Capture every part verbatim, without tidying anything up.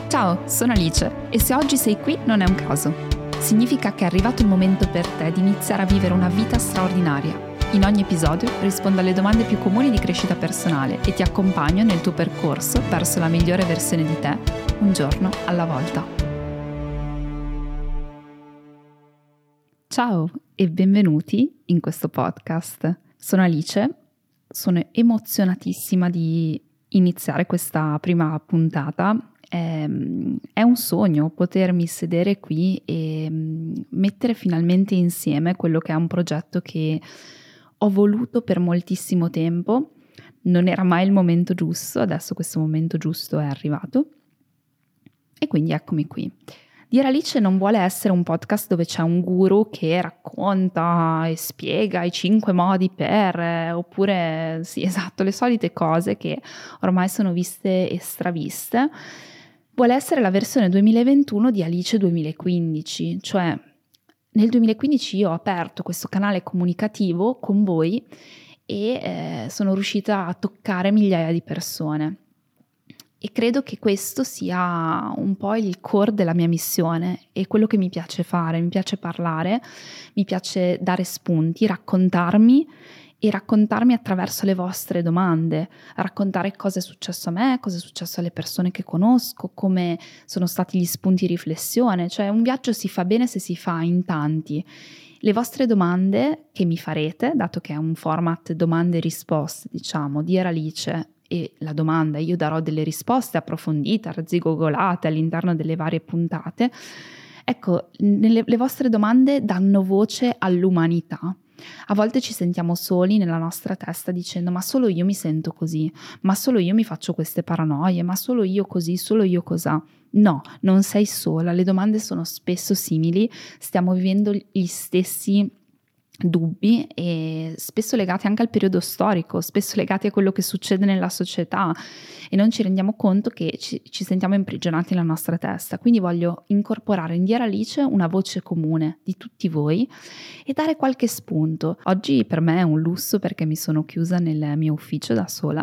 Ciao, sono Alice e se oggi sei qui non è un caso. Significa che è arrivato il momento per te di iniziare a vivere una vita straordinaria. In ogni episodio rispondo alle domande più comuni di crescita personale e ti accompagno nel tuo percorso verso la migliore versione di te, un giorno alla volta. Ciao e benvenuti in questo podcast. Sono Alice, sono emozionatissima di iniziare questa prima puntata. È, è un sogno potermi sedere qui e mettere finalmente insieme quello che è un progetto che ho voluto per moltissimo tempo. Non era mai il momento giusto, adesso questo momento giusto è arrivato e quindi eccomi qui. Dire Alice non vuole essere un podcast dove c'è un guru che racconta e spiega i cinque modi per, eh, oppure sì, esatto, le solite cose che ormai sono viste e straviste. Vuole essere la versione duemilaventuno di Alice duemilaquindici, cioè nel duemilaquindici io ho aperto questo canale comunicativo con voi e eh, sono riuscita a toccare migliaia di persone. E credo che questo sia un po' il core della mia missione e quello che mi piace fare. Mi piace parlare, mi piace dare spunti, raccontarmi e raccontarmi attraverso le vostre domande, raccontare cosa è successo a me, cosa è successo alle persone che conosco, come sono stati gli spunti di riflessione. Cioè un viaggio si fa bene se si fa in tanti. Le vostre domande che mi farete, dato che è un format domande e risposte, diciamo, di Alice, e la domanda, io darò delle risposte approfondite, arzigogolate all'interno delle varie puntate. Ecco, nelle, le vostre domande danno voce all'umanità. A volte ci sentiamo soli nella nostra testa dicendo ma solo io mi sento così, ma solo io mi faccio queste paranoie, ma solo io così, solo io cosà. No, non sei sola, le domande sono spesso simili, stiamo vivendo gli stessi dubbi e spesso legati anche al periodo storico, spesso legati a quello che succede nella società e non ci rendiamo conto che ci, ci sentiamo imprigionati nella nostra testa. Quindi voglio incorporare in Dear Alice una voce comune di tutti voi e dare qualche spunto. Oggi per me è un lusso perché mi sono chiusa nel mio ufficio da sola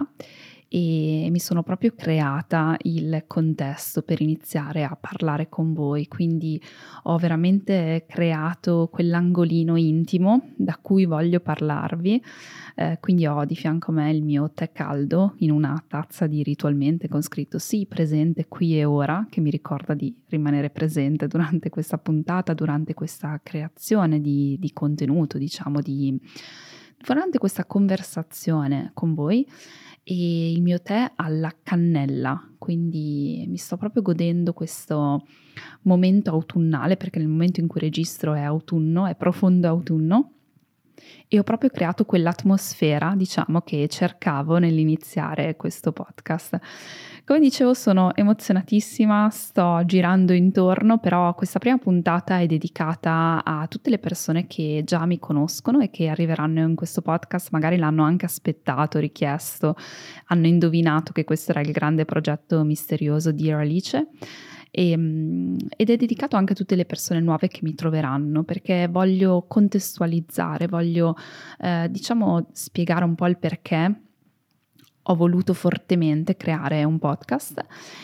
e mi sono proprio creata il contesto per iniziare a parlare con voi, quindi ho veramente creato quell'angolino intimo da cui voglio parlarvi, eh, quindi ho di fianco a me il mio tè caldo in una tazza di Ritualmente con scritto sì, presente qui e ora, che mi ricorda di rimanere presente durante questa puntata, durante questa creazione di, di contenuto, diciamo, di, durante questa conversazione con voi. E il mio tè alla cannella, quindi mi sto proprio godendo questo momento autunnale, perché nel momento in cui registro è autunno, è profondo autunno, e ho proprio creato quell'atmosfera, diciamo, che cercavo nell'iniziare questo podcast. Come dicevo, sono emozionatissima, sto girando intorno, però questa prima puntata è dedicata a tutte le persone che già mi conoscono e che arriveranno in questo podcast, magari l'hanno anche aspettato, richiesto, hanno indovinato che questo era il grande progetto misterioso di Dear Alice. E, ed è dedicato anche a tutte le persone nuove che mi troveranno, perché voglio contestualizzare, voglio eh, diciamo spiegare un po' il perché ho voluto fortemente creare un podcast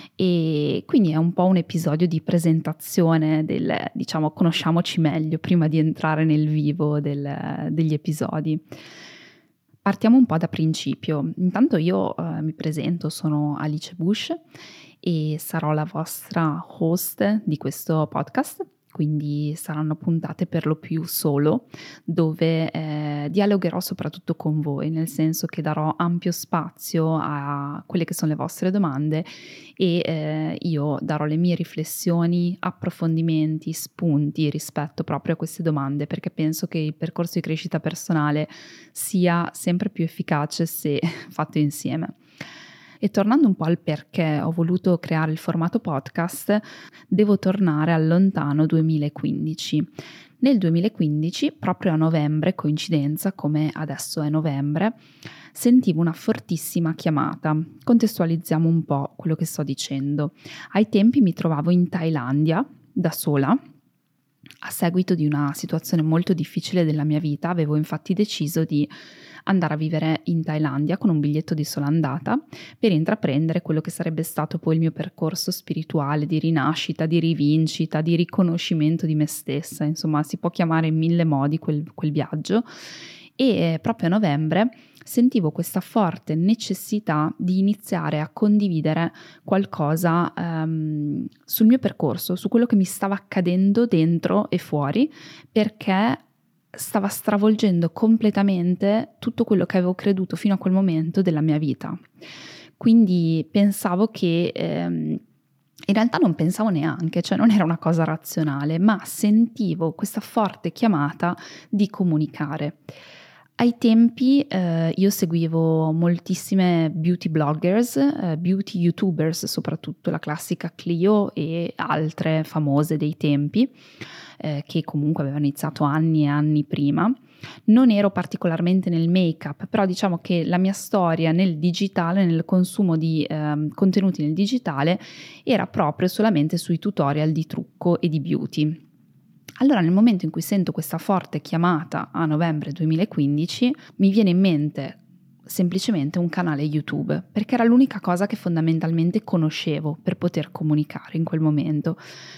e quindi è un po' un episodio di presentazione del, diciamo, conosciamoci meglio prima di entrare nel vivo del, degli episodi. Partiamo un po' da principio. Intanto io eh, mi presento, sono Alice Bush e sarò la vostra host di questo podcast, quindi saranno puntate per lo più solo, dove eh, dialogherò soprattutto con voi, nel senso che darò ampio spazio a quelle che sono le vostre domande e eh, io darò le mie riflessioni, approfondimenti, spunti rispetto proprio a queste domande, perché penso che il percorso di crescita personale sia sempre più efficace se fatto insieme. E tornando un po' al perché ho voluto creare il formato podcast, devo tornare al lontano duemilaquindici. Nel duemilaquindici, proprio a novembre, coincidenza come adesso è novembre, sentivo una fortissima chiamata. Contestualizziamo un po' quello che sto dicendo. Ai tempi mi trovavo in Thailandia, da sola, A seguito di una situazione molto difficile della mia vita, avevo infatti deciso di andare a vivere in Thailandia con un biglietto di sola andata per intraprendere quello che sarebbe stato poi il mio percorso spirituale di rinascita, di rivincita, di riconoscimento di me stessa. Insomma, si può chiamare in mille modi quel, quel viaggio. E proprio a novembre sentivo questa forte necessità di iniziare a condividere qualcosa um, sul mio percorso, su quello che mi stava accadendo dentro e fuori, perché stava stravolgendo completamente tutto quello che avevo creduto fino a quel momento della mia vita. Quindi pensavo che ehm, in realtà non pensavo neanche, cioè non era una cosa razionale, ma sentivo questa forte chiamata di comunicare. Ai tempi eh, io seguivo moltissime beauty bloggers, eh, beauty youtubers soprattutto, la classica Clio e altre famose dei tempi, eh, che comunque avevano iniziato anni e anni prima. Non ero particolarmente nel make-up, però diciamo che la mia storia nel digitale, nel consumo di eh, contenuti nel digitale, era proprio solamente sui tutorial di trucco e di beauty. Allora, nel momento in cui sento questa forte chiamata a novembre duemilaquindici, mi viene in mente semplicemente un canale YouTube, perché era l'unica cosa che fondamentalmente conoscevo per poter comunicare in quel momento.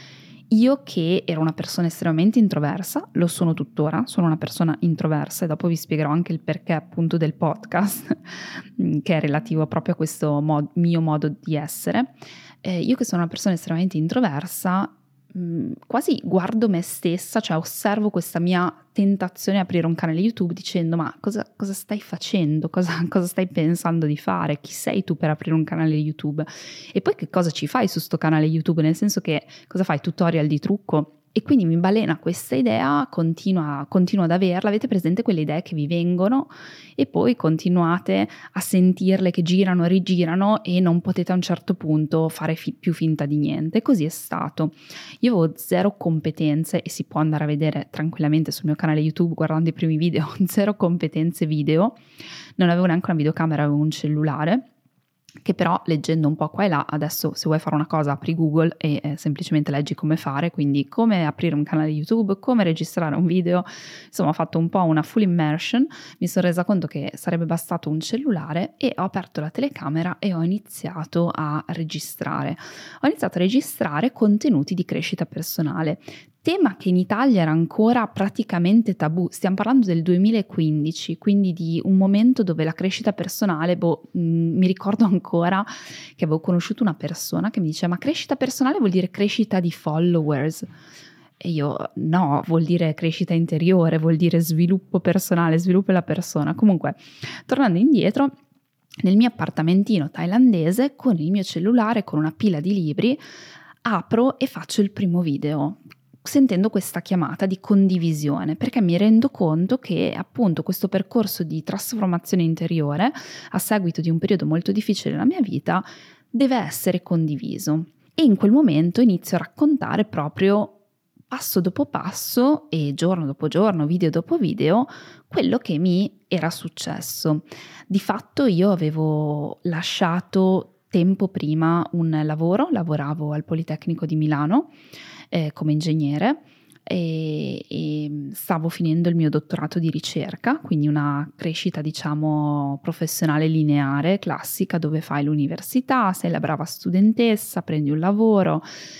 Io che ero una persona estremamente introversa, lo sono tuttora, sono una persona introversa e dopo vi spiegherò anche il perché appunto del podcast, che è relativo proprio a questo mod- mio modo di essere. Eh, io che sono una persona estremamente introversa, quasi guardo me stessa, cioè osservo questa mia tentazione di aprire un canale YouTube dicendo ma cosa, cosa stai facendo, cosa, cosa stai pensando di fare, chi sei tu per aprire un canale YouTube e poi che cosa ci fai su sto canale YouTube, nel senso che cosa fai, tutorial di trucco? E quindi mi balena questa idea, continua, continuo ad averla, avete presente quelle idee che vi vengono e poi continuate a sentirle che girano e rigirano e non potete a un certo punto fare fi- più finta di niente. Così è stato. Io avevo zero competenze e si può andare a vedere tranquillamente sul mio canale YouTube guardando i primi video, zero competenze video, non avevo neanche una videocamera, avevo un cellulare, che però leggendo un po' qua e là, adesso se vuoi fare una cosa apri Google e eh, semplicemente leggi come fare, quindi come aprire un canale YouTube, come registrare un video, insomma ho fatto un po' una full immersion, mi sono resa conto che sarebbe bastato un cellulare e ho aperto la telecamera e ho iniziato a registrare. Ho iniziato a registrare contenuti di crescita personale, tema che in Italia era ancora praticamente tabù. Stiamo parlando del duemilaquindici, quindi di un momento dove la crescita personale, boh, mh, mi ricordo ancora che avevo conosciuto una persona che mi diceva ma crescita personale vuol dire crescita di followers. E io no, vuol dire crescita interiore, vuol dire sviluppo personale, sviluppo della persona. Comunque, tornando indietro, nel mio appartamentino thailandese, con il mio cellulare, con una pila di libri, apro e faccio il primo video, sentendo questa chiamata di condivisione, perché mi rendo conto che appunto questo percorso di trasformazione interiore, a seguito di un periodo molto difficile della mia vita, deve essere condiviso. E in quel momento inizio a raccontare proprio passo dopo passo e giorno dopo giorno, video dopo video, quello che mi era successo. Di fatto io avevo lasciato tempo prima un lavoro, lavoravo al Politecnico di Milano eh, come ingegnere e, e stavo finendo il mio dottorato di ricerca, quindi una crescita diciamo professionale lineare, classica, dove fai l'università, sei la brava studentessa, prendi un lavoro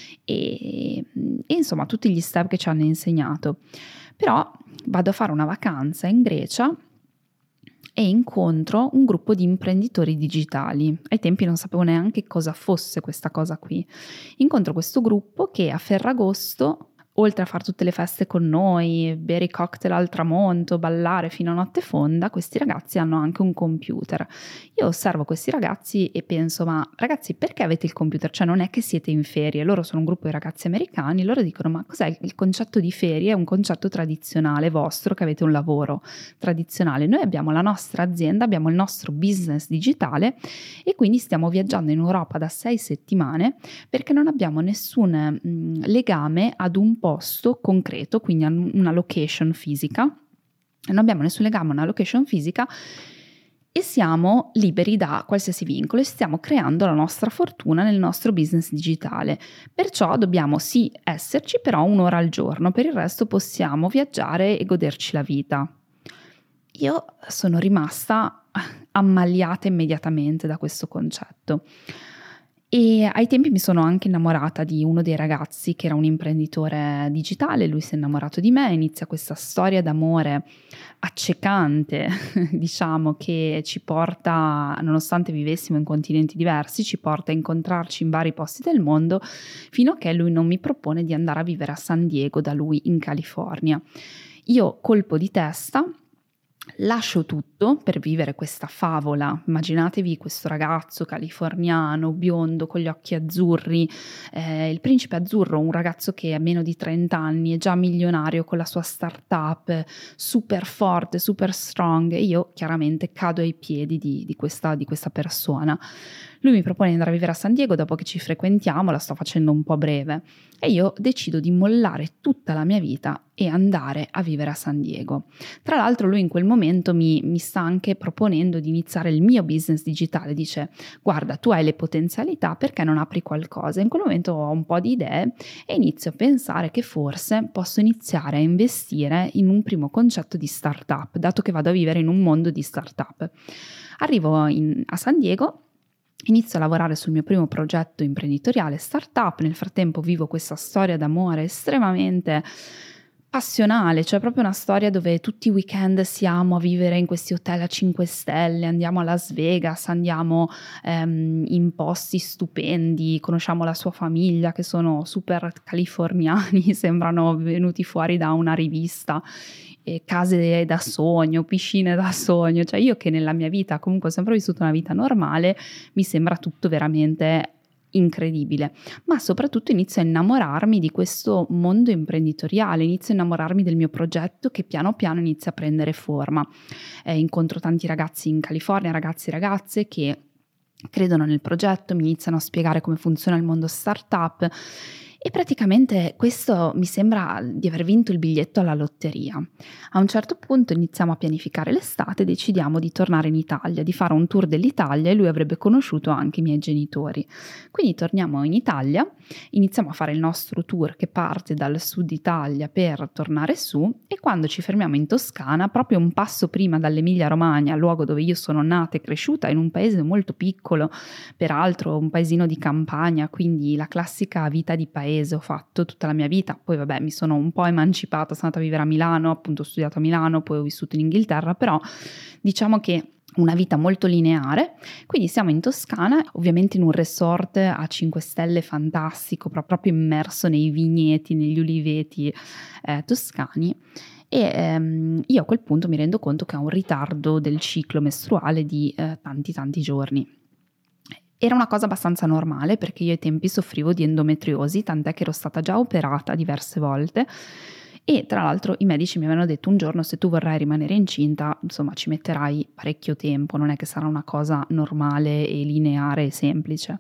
e, e insomma tutti gli step che ci hanno insegnato. Però vado a fare una vacanza in Grecia e incontro un gruppo di imprenditori digitali. Ai tempi non sapevo neanche cosa fosse questa cosa qui. Incontro questo gruppo che a Ferragosto, oltre a fare tutte le feste con noi, bere i cocktail al tramonto, ballare fino a notte fonda, questi ragazzi hanno anche un computer. Io osservo questi ragazzi e penso, ma ragazzi, perché avete il computer? Cioè non è che siete in ferie, loro sono un gruppo di ragazzi americani, loro dicono, ma cos'è il concetto di ferie? È un concetto tradizionale vostro, che avete un lavoro tradizionale. Noi abbiamo la nostra azienda, abbiamo il nostro business digitale e quindi stiamo viaggiando in Europa da sei settimane perché non abbiamo nessun mh, legame ad un posto concreto, quindi una location fisica, non abbiamo nessun legame a una location fisica e siamo liberi da qualsiasi vincolo e stiamo creando la nostra fortuna nel nostro business digitale. Perciò dobbiamo sì esserci, però un'ora al giorno, per il resto possiamo viaggiare e goderci la vita. Io sono rimasta ammaliata immediatamente da questo concetto. E ai tempi mi sono anche innamorata di uno dei ragazzi che era un imprenditore digitale, lui si è innamorato di me, inizia questa storia d'amore accecante, diciamo, che ci porta, nonostante vivessimo in continenti diversi, ci porta a incontrarci in vari posti del mondo, fino a che lui non mi propone di andare a vivere a San Diego da lui in California. Io, colpo di testa, lascio tutto per vivere questa favola. Immaginatevi questo ragazzo californiano, biondo, con gli occhi azzurri, eh, il principe azzurro, un ragazzo che ha meno di trenta anni, è già milionario con la sua startup, super forte, super strong, e io chiaramente cado ai piedi di, di, questa, di questa persona. Lui mi propone di andare a vivere a San Diego dopo che ci frequentiamo, la sto facendo un po' breve, e io decido di mollare tutta la mia vita e andare a vivere a San Diego. Tra l'altro lui in quel momento mi, mi sta anche proponendo di iniziare il mio business digitale, dice: guarda, tu hai le potenzialità, perché non apri qualcosa? In quel momento ho un po' di idee e inizio a pensare che forse posso iniziare a investire in un primo concetto di startup, dato che vado a vivere in un mondo di startup. Arrivo in, a San Diego, inizio a lavorare sul mio primo progetto imprenditoriale startup, nel frattempo vivo questa storia d'amore estremamente passionale, cioè proprio una storia dove tutti i weekend siamo a vivere in questi hotel a cinque stelle, andiamo a Las Vegas, andiamo ehm, in posti stupendi, conosciamo la sua famiglia che sono super californiani, sembrano venuti fuori da una rivista, e case da sogno, piscine da sogno, cioè io che nella mia vita comunque ho sempre vissuto una vita normale, mi sembra tutto veramente incredibile, ma soprattutto inizio a innamorarmi di questo mondo imprenditoriale, inizio a innamorarmi del mio progetto che piano piano inizia a prendere forma. Eh, incontro tanti ragazzi in California, ragazzi e ragazze che credono nel progetto, mi iniziano a spiegare come funziona il mondo startup. E praticamente questo mi sembra di aver vinto il biglietto alla lotteria. A un certo punto iniziamo a pianificare l'estate e decidiamo di tornare in Italia, di fare un tour dell'Italia, e lui avrebbe conosciuto anche i miei genitori. Quindi torniamo in Italia, iniziamo a fare il nostro tour che parte dal sud Italia per tornare su, e quando ci fermiamo in Toscana, proprio un passo prima dall'Emilia Romagna, luogo dove io sono nata e cresciuta, in un paese molto piccolo, peraltro un paesino di campagna, quindi la classica vita di paese ho fatto tutta la mia vita. Poi vabbè, mi sono un po' emancipata, sono andata a vivere a Milano, appunto ho studiato a Milano, poi ho vissuto in Inghilterra, però diciamo che una vita molto lineare. Quindi siamo in Toscana, ovviamente in un resort a cinque stelle fantastico, proprio immerso nei vigneti, negli uliveti eh, toscani. E ehm, io a quel punto mi rendo conto che ho un ritardo del ciclo mestruale di eh, tanti tanti giorni. Era una cosa abbastanza normale, perché io ai tempi soffrivo di endometriosi, tant'è che ero stata già operata diverse volte, e tra l'altro i medici mi avevano detto: un giorno, se tu vorrai rimanere incinta, insomma ci metterai parecchio tempo, non è che sarà una cosa normale e lineare e semplice.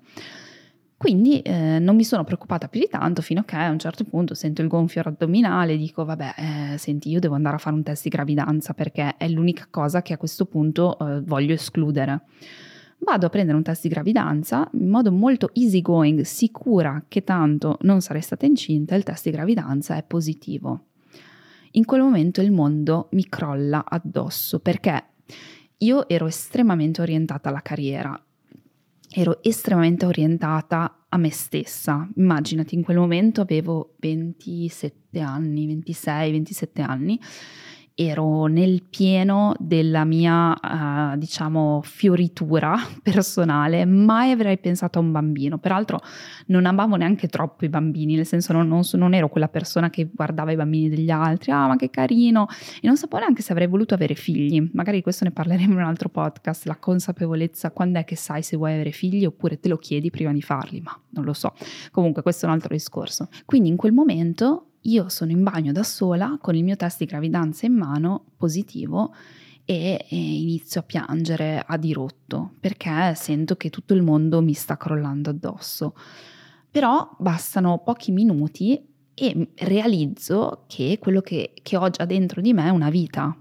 Quindi eh, non mi sono preoccupata più di tanto, fino a che a un certo punto sento il gonfio addominale, dico vabbè, eh, senti, io devo andare a fare un test di gravidanza, perché è l'unica cosa che a questo punto eh, voglio escludere. Vado a prendere un test di gravidanza in modo molto easy going, sicura che tanto non sarei stata incinta, il test di gravidanza è positivo. In quel momento il mondo mi crolla addosso, perché io ero estremamente orientata alla carriera, ero estremamente orientata a me stessa. Immaginati, in quel momento avevo ventisette anni, ventisei ventisette anni, ero nel pieno della mia, uh, diciamo, fioritura personale. Mai avrei pensato a un bambino. Peraltro non amavo neanche troppo i bambini, nel senso non, non, non ero quella persona che guardava i bambini degli altri, ah ma che carino, e non sapevo neanche se avrei voluto avere figli. Magari questo ne parleremo in un altro podcast, la consapevolezza, quando è che sai se vuoi avere figli, oppure te lo chiedi prima di farli, ma non lo so. Comunque questo è un altro discorso. Quindi in quel momento io sono in bagno da sola con il mio test di gravidanza in mano positivo e, e inizio a piangere a dirotto, perché sento che tutto il mondo mi sta crollando addosso. Però bastano pochi minuti e realizzo che quello che, che ho già dentro di me è una vita.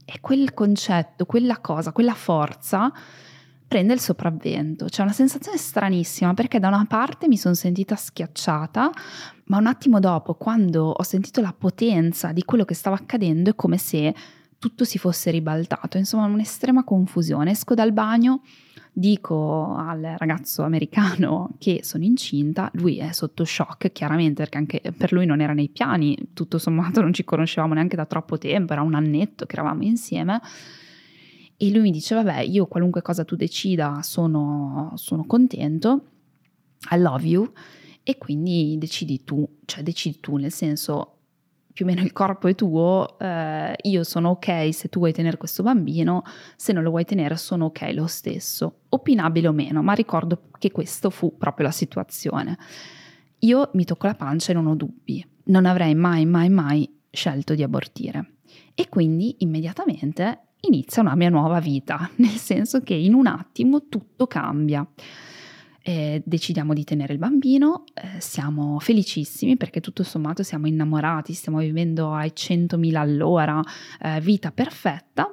e quel concetto, quella cosa, quella forza prende il sopravvento. C'è una sensazione stranissima, perché da una parte mi sono sentita schiacciata, ma un attimo dopo, quando ho sentito la potenza di quello che stava accadendo, è come se tutto si fosse ribaltato. Insomma, un'estrema confusione. Esco dal bagno, dico al ragazzo americano che sono incinta, lui è sotto shock chiaramente, perché anche per lui non era nei piani, tutto sommato non ci conoscevamo neanche da troppo tempo, era un annetto che eravamo insieme, e lui mi dice vabbè, io qualunque cosa tu decida sono, sono contento, I love you, e quindi decidi tu, cioè decidi tu, nel senso più o meno il corpo è tuo, eh, io sono ok se tu vuoi tenere questo bambino, se non lo vuoi tenere sono ok lo stesso, opinabile o meno, ma ricordo che questo fu proprio la situazione. Io mi tocco la pancia e non ho dubbi, non avrei mai mai mai scelto di abortire, e quindi immediatamente inizia una mia nuova vita, nel senso che in un attimo tutto cambia. Eh, decidiamo di tenere il bambino, eh, siamo felicissimi perché tutto sommato siamo innamorati, stiamo vivendo ai centomila all'ora, eh, vita perfetta,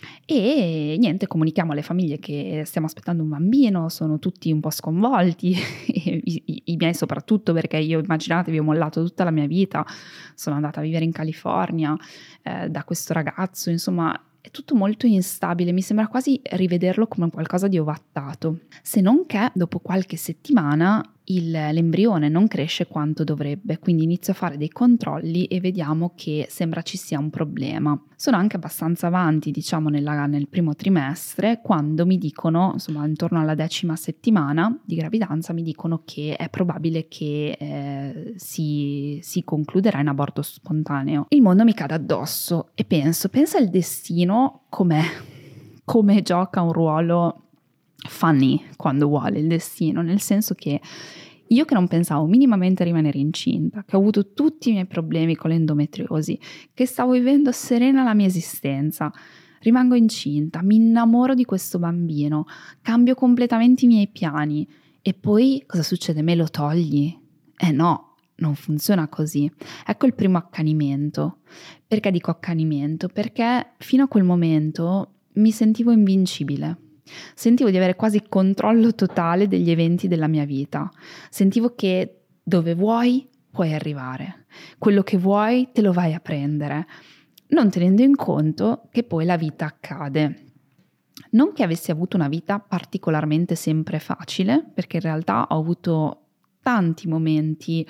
e niente, comunichiamo alle famiglie che stiamo aspettando un bambino, sono tutti un po' sconvolti, I, i, i miei soprattutto, perché io, immaginatevi, ho mollato tutta la mia vita, sono andata a vivere in California eh, da questo ragazzo, insomma è tutto molto instabile, mi sembra quasi rivederlo come qualcosa di ovattato, se non che dopo qualche settimana il, l'embrione non cresce quanto dovrebbe, quindi inizio a fare dei controlli e vediamo che sembra ci sia un problema. Sono anche abbastanza avanti, diciamo, nella, nel primo trimestre, quando mi dicono, insomma intorno alla decima settimana di gravidanza, mi dicono che è probabile che eh, si, si concluderà in aborto spontaneo. Il mondo mi cade addosso e penso, pensa il destino com'è, come gioca un ruolo funny quando vuole il destino, nel senso che io che non pensavo minimamente a rimanere incinta, che ho avuto tutti i miei problemi con l'endometriosi, che stavo vivendo serena la mia esistenza, rimango incinta, mi innamoro di questo bambino, cambio completamente i miei piani e poi cosa succede? Me lo togli? Eh no, non funziona così. Ecco il primo accanimento. Perché dico accanimento? Perché fino a quel momento mi sentivo invincibile. Sentivo di avere quasi controllo totale degli eventi della mia vita. Sentivo che dove vuoi puoi arrivare, quello che vuoi te lo vai a prendere, non tenendo in conto che poi la vita accade. Non che avessi avuto una vita particolarmente sempre facile, perché in realtà ho avuto tanti momenti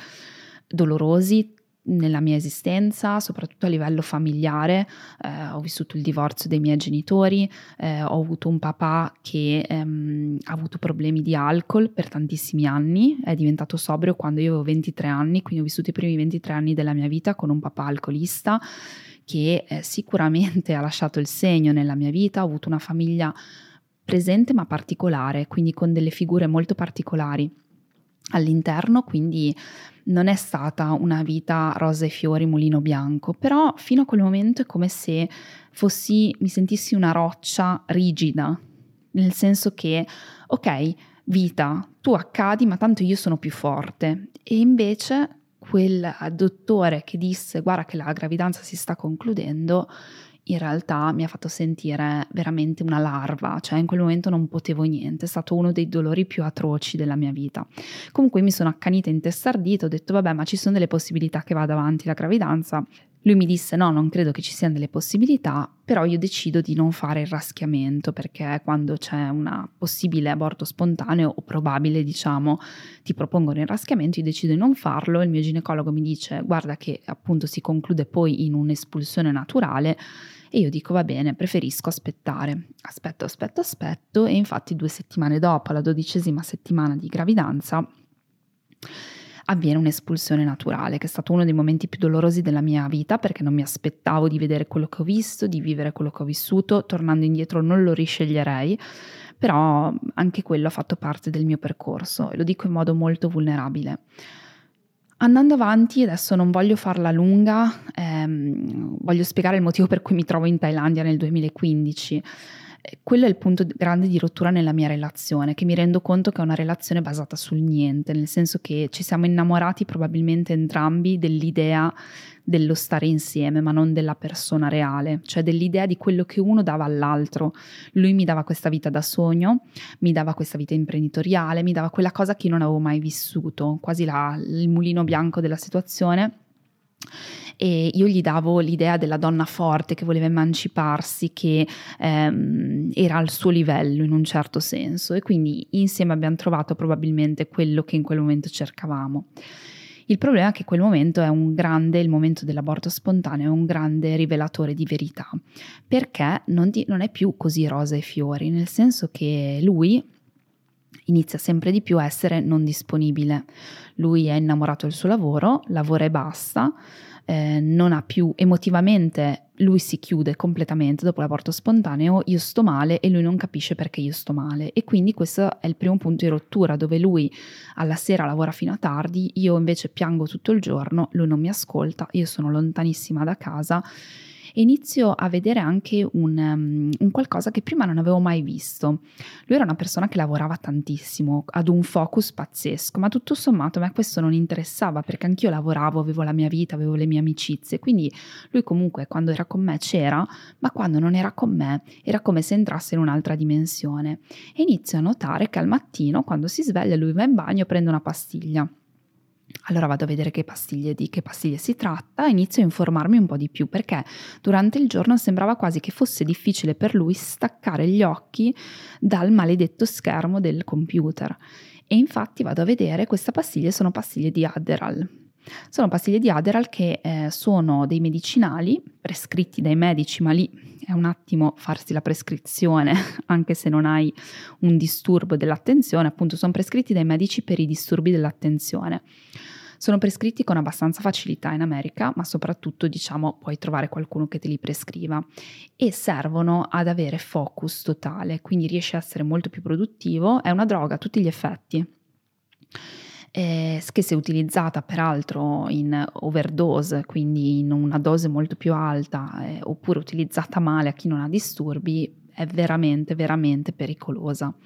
dolorosi nella mia esistenza, soprattutto a livello familiare. Eh, ho vissuto il divorzio dei miei genitori, eh, ho avuto un papà che ehm, ha avuto problemi di alcol per tantissimi anni, è diventato sobrio quando io avevo ventitré anni, quindi ho vissuto i primi ventitré anni della mia vita con un papà alcolista che eh, sicuramente ha lasciato il segno nella mia vita. Ho avuto una famiglia presente ma particolare, quindi con delle figure molto particolari all'interno, quindi non è stata una vita rosa e fiori, mulino bianco, però fino a quel momento è come se fossi, mi sentissi una roccia rigida, nel senso che, ok, vita, tu accadi, ma tanto io sono più forte. E invece quel dottore che disse guarda che la gravidanza si sta concludendo, in realtà mi ha fatto sentire veramente una larva, cioè in quel momento non potevo niente, è stato uno dei dolori più atroci della mia vita. Comunque mi sono accanita, intestardita, ho detto vabbè, ma ci sono delle possibilità che vada avanti la gravidanza? Lui mi disse no, non credo che ci siano delle possibilità, però io decido di non fare il raschiamento, perché quando c'è una possibile aborto spontaneo o probabile, diciamo, ti propongono il raschiamento, io decido di non farlo. Il mio ginecologo mi dice guarda che appunto si conclude poi in un'espulsione naturale, e io dico va bene, preferisco aspettare, aspetto, aspetto, aspetto, e infatti due settimane dopo, alla dodicesima settimana di gravidanza, avviene un'espulsione naturale, che è stato uno dei momenti più dolorosi della mia vita, perché non mi aspettavo di vedere quello che ho visto, di vivere quello che ho vissuto. Tornando indietro non lo risceglierei, però anche quello ha fatto parte del mio percorso, e lo dico in modo molto vulnerabile. Andando avanti, adesso non voglio farla lunga, ehm, voglio spiegare il motivo per cui mi trovo in Thailandia nel duemilaquindici. Quello è il punto grande di rottura nella mia relazione, che mi rendo conto che è una relazione basata sul niente, nel senso che ci siamo innamorati probabilmente entrambi dell'idea dello stare insieme, ma non della persona reale, cioè dell'idea di quello che uno dava all'altro. Lui mi dava questa vita da sogno, mi dava questa vita imprenditoriale, mi dava quella cosa che io non avevo mai vissuto, quasi la, il mulino bianco della situazione. E io gli davo l'idea della donna forte che voleva emanciparsi, che ehm, era al suo livello in un certo senso, e quindi insieme abbiamo trovato probabilmente quello che in quel momento cercavamo. Il problema è che quel momento è un grande, il momento dell'aborto spontaneo è un grande rivelatore di verità, perché non, di, non è più così rosa e fiori, nel senso che lui inizia sempre di più a essere non disponibile. Lui è innamorato del suo lavoro, lavora e basta, eh, non ha più emotivamente, lui si chiude completamente dopo l'aborto spontaneo, io sto male e lui non capisce perché io sto male, e quindi questo è il primo punto di rottura, dove lui alla sera lavora fino a tardi, io invece piango tutto il giorno, lui non mi ascolta, io sono lontanissima da casa. E inizio a vedere anche un, um, un qualcosa che prima non avevo mai visto. Lui era una persona che lavorava tantissimo, ad un focus pazzesco, ma tutto sommato a me questo non interessava, perché anch'io lavoravo, avevo la mia vita, avevo le mie amicizie, quindi lui comunque quando era con me c'era, ma quando non era con me era come se entrasse in un'altra dimensione. E inizio a notare che al mattino, quando si sveglia, lui va in bagno e prende una pastiglia. Allora vado a vedere che pastiglie, di che pastiglie si tratta, e inizio a informarmi un po' di più, perché durante il giorno sembrava quasi che fosse difficile per lui staccare gli occhi dal maledetto schermo del computer. E infatti vado a vedere, queste pastiglie sono pastiglie di Adderall. Sono pastiglie di Adderall che eh, sono dei medicinali prescritti dai medici, ma lì è un attimo farsi la prescrizione, anche se non hai un disturbo dell'attenzione, appunto sono prescritti dai medici per i disturbi dell'attenzione. Sono prescritti con abbastanza facilità in America, ma soprattutto, diciamo, puoi trovare qualcuno che te li prescriva, e servono ad avere focus totale, quindi riesci a essere molto più produttivo. È una droga a tutti gli effetti, Eh, che se utilizzata peraltro in overdose, quindi in una dose molto più alta, eh, oppure utilizzata male a chi non ha disturbi, è veramente veramente pericolosa.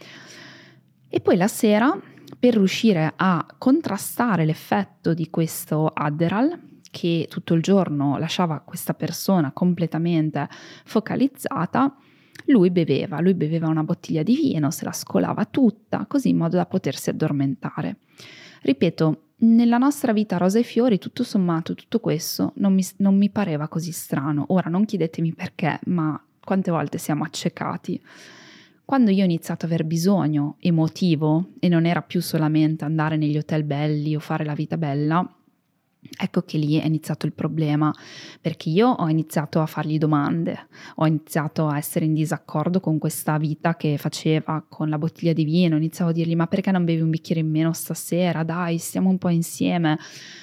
E poi la sera, per riuscire a contrastare l'effetto di questo Adderall, che tutto il giorno lasciava questa persona completamente focalizzata, lui beveva, lui beveva una bottiglia di vino, se la scolava tutta, così in modo da potersi addormentare. Ripeto, nella nostra vita rosa e fiori, tutto sommato, tutto questo non mi, non mi pareva così strano. Ora non chiedetemi perché, ma quante volte siamo accecati. Quando io ho iniziato ad aver bisogno emotivo, e non era più solamente andare negli hotel belli o fare la vita bella, ecco che lì è iniziato il problema, perché io ho iniziato a fargli domande, ho iniziato a essere in disaccordo con questa vita che faceva con la bottiglia di vino, iniziavo a dirgli: ma perché non bevi un bicchiere in meno stasera, dai, stiamo un po' insieme.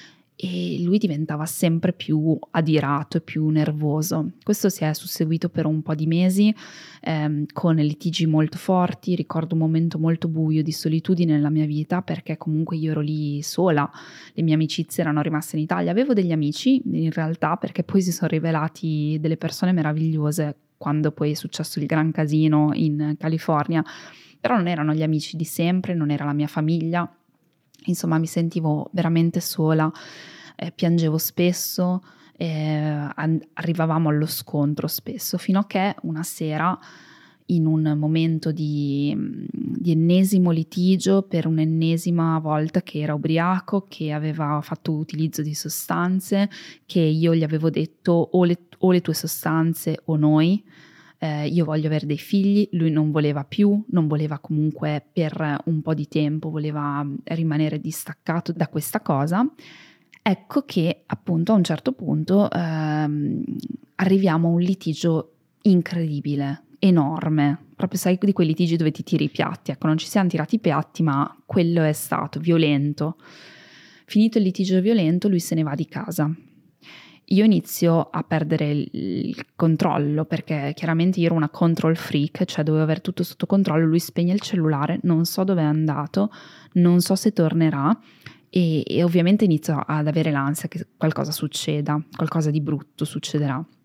E lui diventava sempre più adirato e più nervoso. Questo si è susseguito per un po' di mesi, ehm, con litigi molto forti. Ricordo un momento molto buio di solitudine nella mia vita, perché comunque io ero lì sola, le mie amicizie erano rimaste in Italia. Avevo degli amici in realtà, perché poi si sono rivelati delle persone meravigliose quando poi è successo il gran casino in California, però non erano gli amici di sempre, non era la mia famiglia. Insomma, mi sentivo veramente sola, eh, piangevo spesso, eh, and- arrivavamo allo scontro spesso, fino a che una sera, in un momento di, di ennesimo litigio, per un'ennesima volta che era ubriaco, che aveva fatto utilizzo di sostanze, che io gli avevo detto o le, o le tue sostanze o noi, eh, io voglio avere dei figli, lui non voleva più, non voleva comunque per un po' di tempo, voleva rimanere distaccato da questa cosa. Ecco che appunto a un certo punto ehm, arriviamo a un litigio incredibile, enorme, proprio sai di quei litigi dove ti tiri i piatti, ecco non ci siamo tirati i piatti ma quello è stato violento. Finito il litigio violento lui se ne va di casa. Io inizio a perdere il, il controllo, perché chiaramente io ero una control freak, cioè dovevo avere tutto sotto controllo. Lui spegne il cellulare, non so dove è andato, non so se tornerà, e, e ovviamente inizio ad avere l'ansia che qualcosa succeda, qualcosa di brutto succederà.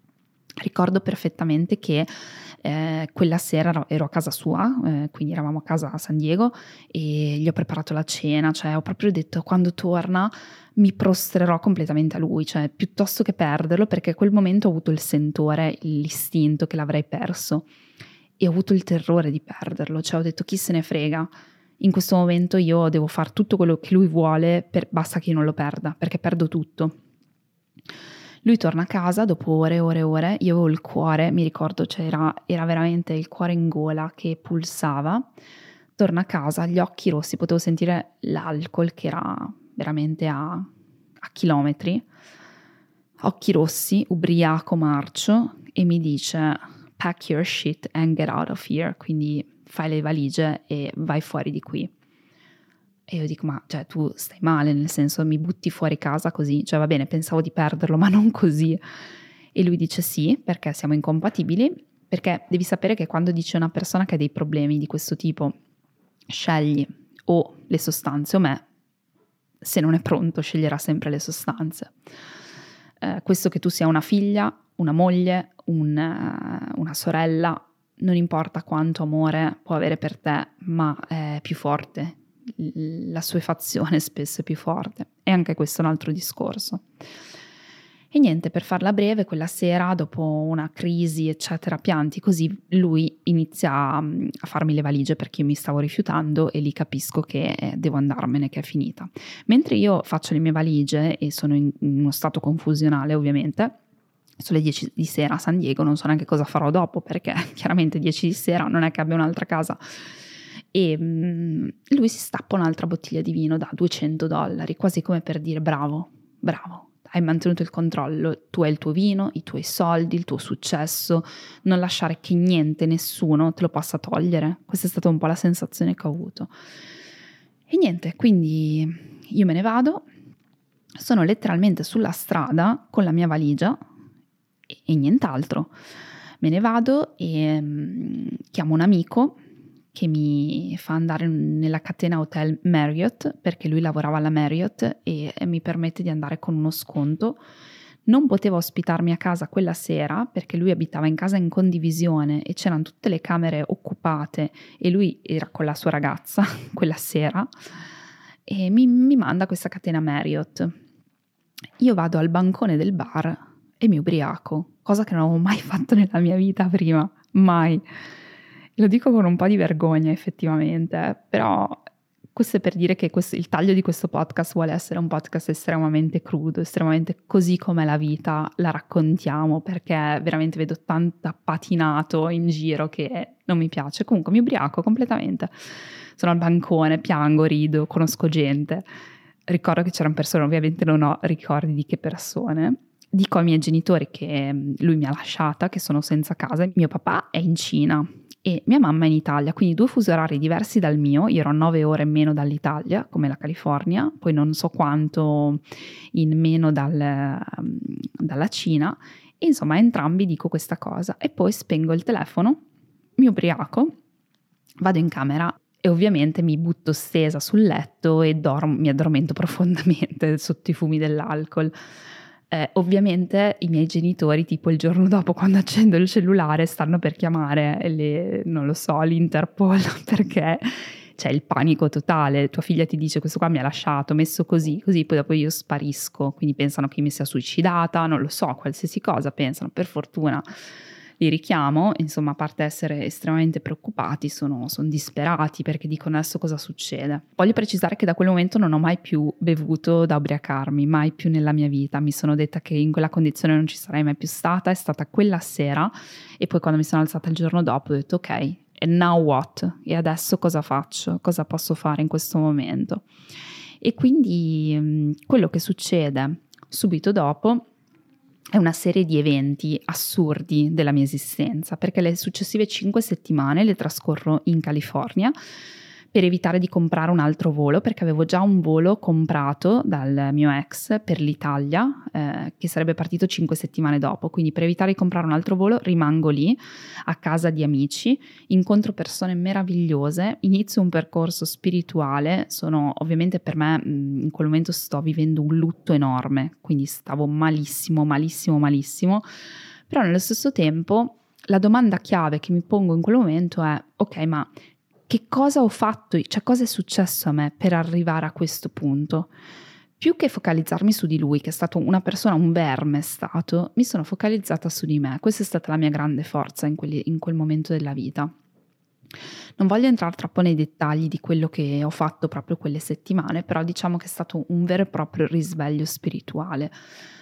Ricordo perfettamente che eh, quella sera ero a casa sua, eh, quindi eravamo a casa a San Diego, e gli ho preparato la cena, cioè ho proprio detto quando torna mi prostrerò completamente a lui, cioè piuttosto che perderlo, perché a quel momento ho avuto il sentore, l'istinto che l'avrei perso e ho avuto il terrore di perderlo, cioè ho detto chi se ne frega, in questo momento io devo fare tutto quello che lui vuole, per, basta che io non lo perda, perché perdo tutto. Lui torna a casa dopo ore e ore e ore, io avevo il cuore, mi ricordo, cioè era, era veramente il cuore in gola che pulsava. Torna a casa, gli occhi rossi, potevo sentire l'alcol che era veramente a, a chilometri, occhi rossi, ubriaco marcio, e mi dice pack your shit and get out of here, quindi fai le valigie e vai fuori di qui. E io dico, ma cioè, tu stai male, nel senso mi butti fuori casa così? Cioè va bene, pensavo di perderlo, ma non così. E lui dice sì, perché siamo incompatibili, perché devi sapere che quando dice una persona che ha dei problemi di questo tipo, scegli o le sostanze o me, se non è pronto sceglierà sempre le sostanze. Eh, questo che tu sia una figlia, una moglie, un, uh, una sorella, non importa quanto amore può avere per te, ma è più forte. La sua fazione spesso è più forte, e anche questo è un altro discorso. E niente, per farla breve, quella sera dopo una crisi eccetera pianti così, lui inizia a, a farmi le valigie perché io mi stavo rifiutando, e lì capisco che eh, devo andarmene, che è finita. Mentre io faccio le mie valigie e sono in, in uno stato confusionale, ovviamente sono le dieci di sera a San Diego, non so neanche cosa farò dopo, perché chiaramente dieci di sera non è che abbia un'altra casa. E um, lui si stappa un'altra bottiglia di vino da duecento dollari, quasi come per dire bravo, bravo, hai mantenuto il controllo, tu hai il tuo vino, i tuoi soldi, il tuo successo, non lasciare che niente, nessuno te lo possa togliere. Questa è stata un po' la sensazione che ho avuto. E niente, quindi io me ne vado, sono letteralmente sulla strada con la mia valigia e, e nient'altro. Me ne vado e um, chiamo un amico che mi fa andare nella catena hotel Marriott, perché lui lavorava alla Marriott e, e mi permette di andare con uno sconto. Non poteva ospitarmi a casa quella sera perché lui abitava in casa in condivisione e c'erano tutte le camere occupate e lui era con la sua ragazza quella sera, e mi, mi manda questa catena Marriott. Io vado al bancone del bar e mi ubriaco, cosa che non avevo mai fatto nella mia vita prima, mai. Lo dico con un po' di vergogna effettivamente, però questo è per dire che questo, il taglio di questo podcast vuole essere un podcast estremamente crudo, estremamente così com'è la vita, la raccontiamo, perché veramente vedo tanto patinato in giro che non mi piace. Comunque mi ubriaco completamente, sono al bancone, piango, rido, conosco gente, ricordo che c'erano persone, ovviamente non ho ricordi di che persone. Dico ai miei genitori che lui mi ha lasciata, che sono senza casa, mio papà è in Cina e mia mamma è in Italia, quindi due fusi orari diversi dal mio. Io ero a nove ore in meno dall'Italia, come la California, poi non so quanto in meno dal, dalla Cina, e insomma a entrambi dico questa cosa e poi spengo il telefono, mi ubriaco, vado in camera e ovviamente mi butto stesa sul letto e dormo, mi addormento profondamente sotto i fumi dell'alcol. Eh, ovviamente i miei genitori, tipo il giorno dopo, quando accendo il cellulare, stanno per chiamare le, non lo so, l'Interpol, perché c'è il panico totale. Tua figlia ti dice questo qua mi ha lasciato, messo così, così, poi dopo io sparisco, quindi pensano che mi sia suicidata, non lo so, qualsiasi cosa pensano. Per fortuna li richiamo, insomma, a parte essere estremamente preoccupati, sono, sono disperati perché dicono adesso cosa succede. Voglio precisare che da quel momento non ho mai più bevuto da ubriacarmi, mai più nella mia vita. Mi sono detta che in quella condizione non ci sarei mai più stata, è stata quella sera, e poi quando mi sono alzata il giorno dopo ho detto ok, and now what? E adesso cosa faccio? Cosa posso fare in questo momento? E quindi quello che succede subito dopo è una serie di eventi assurdi della mia esistenza, perché le successive cinque settimane le trascorro in California per evitare di comprare un altro volo, perché avevo già un volo comprato dal mio ex per l'Italia, eh, che sarebbe partito cinque settimane dopo. Quindi per evitare di comprare un altro volo rimango lì a casa di amici, incontro persone meravigliose, inizio un percorso spirituale. Sono ovviamente, per me in quel momento sto vivendo un lutto enorme, quindi stavo malissimo, malissimo, malissimo, Però nello stesso tempo la domanda chiave che mi pongo in quel momento è: ok, ma che cosa ho fatto, cioè cosa è successo a me per arrivare a questo punto? Più che focalizzarmi su di lui, che è stato una persona, un verme è stato, mi sono focalizzata su di me. Questa è stata la mia grande forza in, quelli, in quel momento della vita. Non voglio entrare troppo nei dettagli di quello che ho fatto proprio quelle settimane, però diciamo che è stato un vero e proprio risveglio spirituale,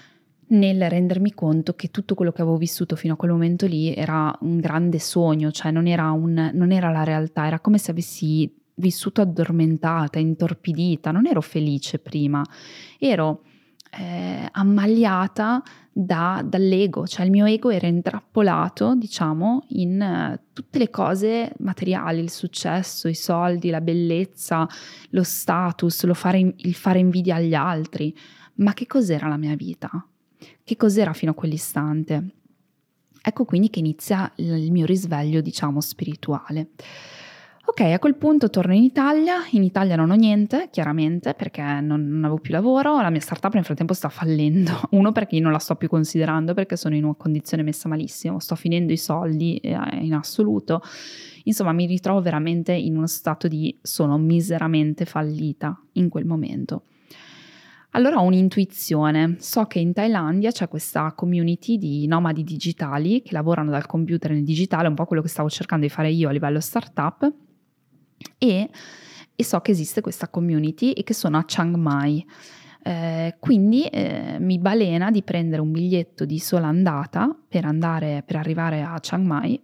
nel rendermi conto che tutto quello che avevo vissuto fino a quel momento lì era un grande sogno, cioè non era, un, non era la realtà, era come se avessi vissuto addormentata, intorpidita, non ero felice prima, ero eh, ammaliata da, dall'ego, cioè il mio ego era intrappolato, diciamo, in uh, tutte le cose materiali, il successo, i soldi, la bellezza, lo status, lo fare, il fare invidia agli altri. Ma che cos'era la mia vita? Che cos'era fino a quell'istante? Ecco quindi che inizia il mio risveglio, diciamo, spirituale. Ok, a quel punto torno in Italia, in Italia non ho niente, chiaramente, perché non, non avevo più lavoro, la mia startup nel frattempo sta fallendo, uno perché io non la sto più considerando perché sono in una condizione messa malissimo, sto finendo i soldi eh, in assoluto, insomma mi ritrovo veramente in uno stato di sono miseramente fallita in quel momento. Allora ho un'intuizione, so che in Thailandia c'è questa community di nomadi digitali che lavorano dal computer nel digitale, un po' quello che stavo cercando di fare io a livello startup, e, e so che esiste questa community e che sono a Chiang Mai. Eh, quindi eh, mi balena di prendere un biglietto di sola andata per andare per arrivare a Chiang Mai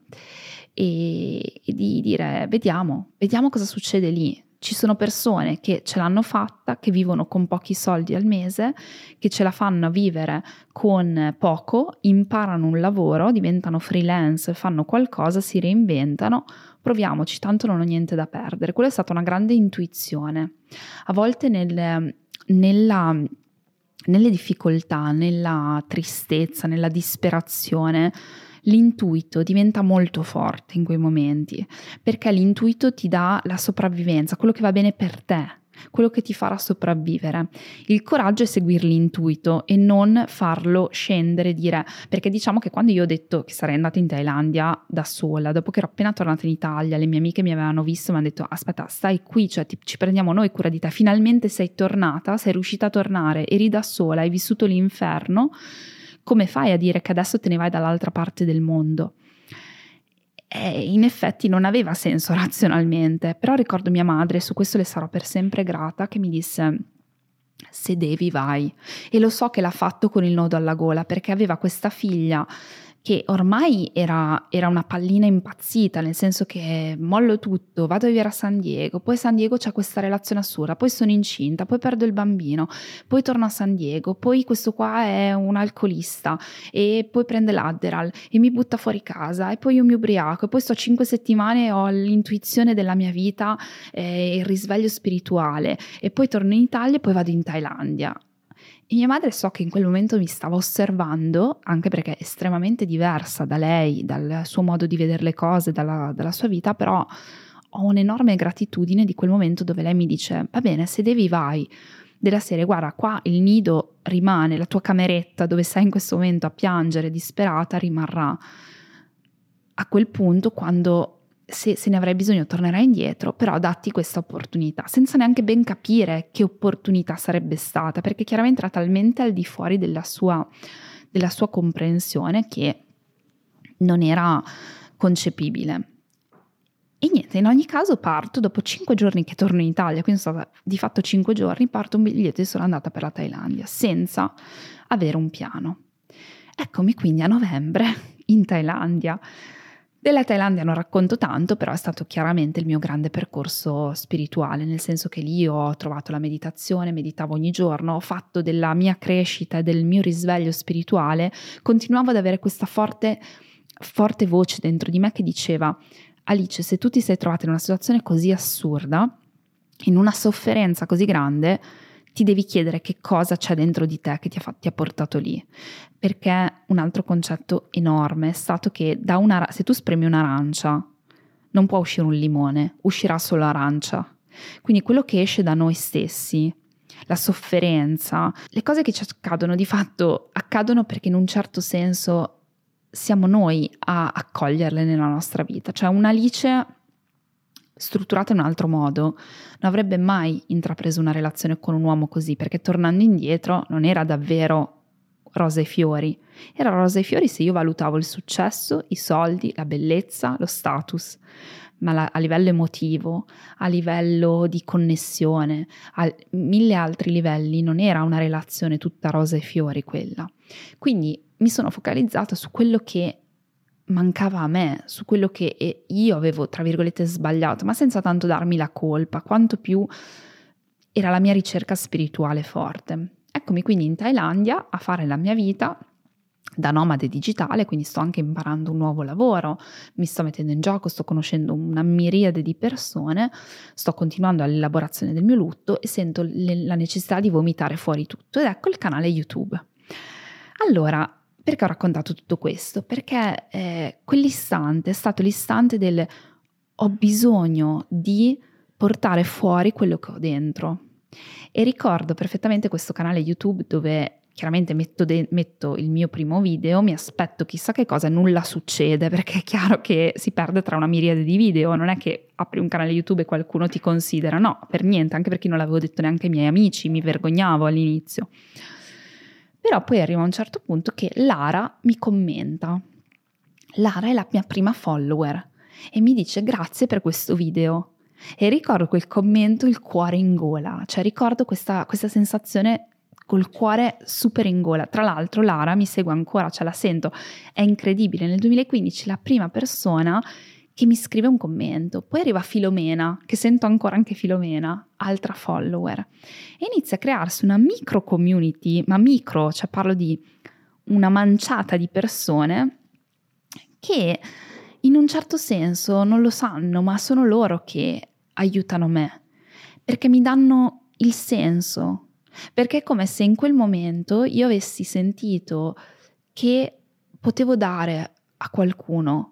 e, e di dire vediamo, vediamo cosa succede lì. Ci sono persone che ce l'hanno fatta, che vivono con pochi soldi al mese, che ce la fanno a vivere con poco, imparano un lavoro, diventano freelance, fanno qualcosa, si reinventano. Proviamoci, tanto non ho niente da perdere. Quella è stata una grande intuizione. A volte nel, nella, nelle difficoltà, nella tristezza, nella disperazione, l'intuito diventa molto forte in quei momenti, perché l'intuito ti dà la sopravvivenza, quello che va bene per te, quello che ti farà sopravvivere. Il coraggio è seguire l'intuito e non farlo scendere, dire, perché diciamo che quando io ho detto che sarei andata in Thailandia da sola, dopo che ero appena tornata in Italia, le mie amiche mi avevano visto e mi hanno detto aspetta, stai qui, cioè ti, ci prendiamo noi cura di te, finalmente sei tornata, sei riuscita a tornare, eri da sola, hai vissuto l'inferno, come fai a dire che adesso te ne vai dall'altra parte del mondo? E in effetti non aveva senso razionalmente, però ricordo mia madre, su questo le sarò per sempre grata, che mi disse se devi vai, e lo so che l'ha fatto con il nodo alla gola perché aveva questa figlia che ormai era, era una pallina impazzita, nel senso che mollo tutto, vado a vivere a San Diego, poi a San Diego c'è questa relazione assurda, poi sono incinta, poi perdo il bambino, poi torno a San Diego, poi questo qua è un alcolista e poi prende l'Adderall e mi butta fuori casa e poi io mi ubriaco e poi sto cinque settimane e ho l'intuizione della mia vita, eh, il risveglio spirituale e poi torno in Italia e poi vado in Thailandia. E mia madre so che in quel momento mi stava osservando, anche perché è estremamente diversa da lei, dal suo modo di vedere le cose, dalla, dalla sua vita, però ho un'enorme gratitudine di quel momento dove lei mi dice va bene, se devi vai, della serie guarda qua il nido rimane, la tua cameretta dove sei in questo momento a piangere disperata rimarrà. A quel punto, quando se, se ne avrai bisogno tornerai indietro, però datti questa opportunità, senza neanche ben capire che opportunità sarebbe stata, perché chiaramente era talmente al di fuori della sua, della sua comprensione che non era concepibile. E niente, in ogni caso parto, dopo cinque giorni che torno in Italia, quindi sono stata di fatto cinque giorni, parto un biglietto e sono andata per la Thailandia, senza avere un piano. Eccomi quindi a novembre in Thailandia. Della Thailandia non racconto tanto, però è stato chiaramente il mio grande percorso spirituale, nel senso che lì ho trovato la meditazione, meditavo ogni giorno, ho fatto della mia crescita e del mio risveglio spirituale, continuavo ad avere questa forte, forte voce dentro di me che diceva Alice, se tu ti sei trovata in una situazione così assurda, in una sofferenza così grande, ti devi chiedere che cosa c'è dentro di te che ti ha, ti ha portato lì, perché un altro concetto enorme è stato che da una, se tu spremi un'arancia non può uscire un limone, uscirà solo arancia. Quindi quello che esce da noi stessi, la sofferenza, le cose che ci accadono di fatto accadono perché in un certo senso siamo noi a accoglierle nella nostra vita. Cioè un'Alice strutturata in un altro modo non avrebbe mai intrapreso una relazione con un uomo così, perché tornando indietro non era davvero rosa e fiori, era rosa e fiori se io valutavo il successo, i soldi, la bellezza, lo status, ma la, a livello emotivo, a livello di connessione, a mille altri livelli non era una relazione tutta rosa e fiori quella. Quindi mi sono focalizzata su quello che mancava a me, su quello che io avevo, tra virgolette, sbagliato, ma senza tanto darmi la colpa, quanto più era la mia ricerca spirituale forte. Eccomi quindi in Thailandia a fare la mia vita da nomade digitale, quindi sto anche imparando un nuovo lavoro, mi sto mettendo in gioco, sto conoscendo una miriade di persone, sto continuando all'elaborazione del mio lutto e sento le, la necessità di vomitare fuori tutto, ed ecco il canale YouTube. Allora, perché ho raccontato tutto questo? Perché eh, quell'istante è stato l'istante del ho bisogno di portare fuori quello che ho dentro. E ricordo perfettamente questo canale YouTube dove chiaramente metto, de- metto il mio primo video, mi aspetto chissà che cosa, nulla succede, perché è chiaro che si perde tra una miriade di video, non è che apri un canale YouTube e qualcuno ti considera, no, per niente, anche perché non l'avevo detto neanche ai miei amici, mi vergognavo all'inizio. Però poi arriva un certo punto che Lara mi commenta. Lara è la mia prima follower e mi dice grazie per questo video. E ricordo quel commento, il cuore in gola, cioè ricordo questa, questa sensazione col cuore super in gola. Tra l'altro Lara mi segue ancora, ce la sento, è incredibile, nel duemilaquindici la prima persona che mi scrive un commento. Poi arriva Filomena, che sento ancora anche Filomena, altra follower, e inizia a crearsi una micro community, ma micro, cioè parlo di una manciata di persone che in un certo senso non lo sanno, ma sono loro che aiutano me, perché mi danno il senso, perché è come se in quel momento io avessi sentito che potevo dare a qualcuno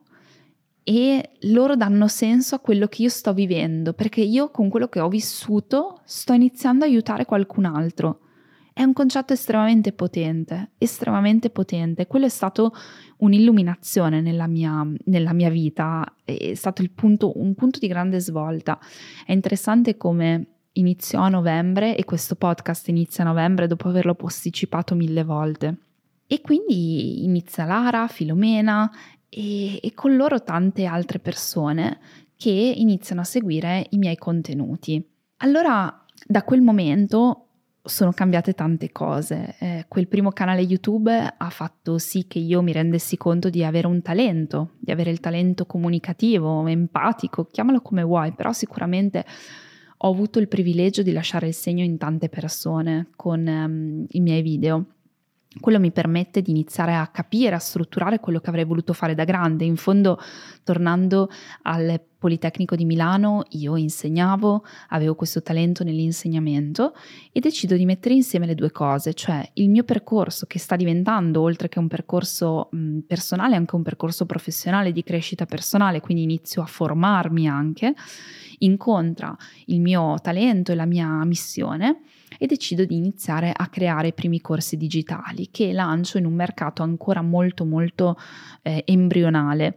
e loro danno senso a quello che io sto vivendo, perché io con quello che ho vissuto sto iniziando a aiutare qualcun altro. È un concetto estremamente potente, estremamente potente. Quello è stato un'illuminazione nella mia, nella mia vita, è stato il punto, un punto di grande svolta. È interessante come iniziò a novembre e questo podcast inizia a novembre dopo averlo posticipato mille volte. E quindi inizia Lara, Filomena e, e con loro tante altre persone che iniziano a seguire i miei contenuti. Allora, da quel momento sono cambiate tante cose. Eh, quel primo canale YouTube ha fatto sì che io mi rendessi conto di avere un talento, di avere il talento comunicativo, empatico, chiamalo come vuoi, però sicuramente ho avuto il privilegio di lasciare il segno in tante persone con um, i miei video. Quello mi permette di iniziare a capire, a strutturare quello che avrei voluto fare da grande. In fondo, tornando al Politecnico di Milano, io insegnavo, avevo questo talento nell'insegnamento e decido di mettere insieme le due cose, cioè il mio percorso che sta diventando, oltre che un percorso mh, personale, anche un percorso professionale di crescita personale, quindi inizio a formarmi anche, incontra il mio talento e la mia missione e decido di iniziare a creare i primi corsi digitali che lancio in un mercato ancora molto molto eh, embrionale.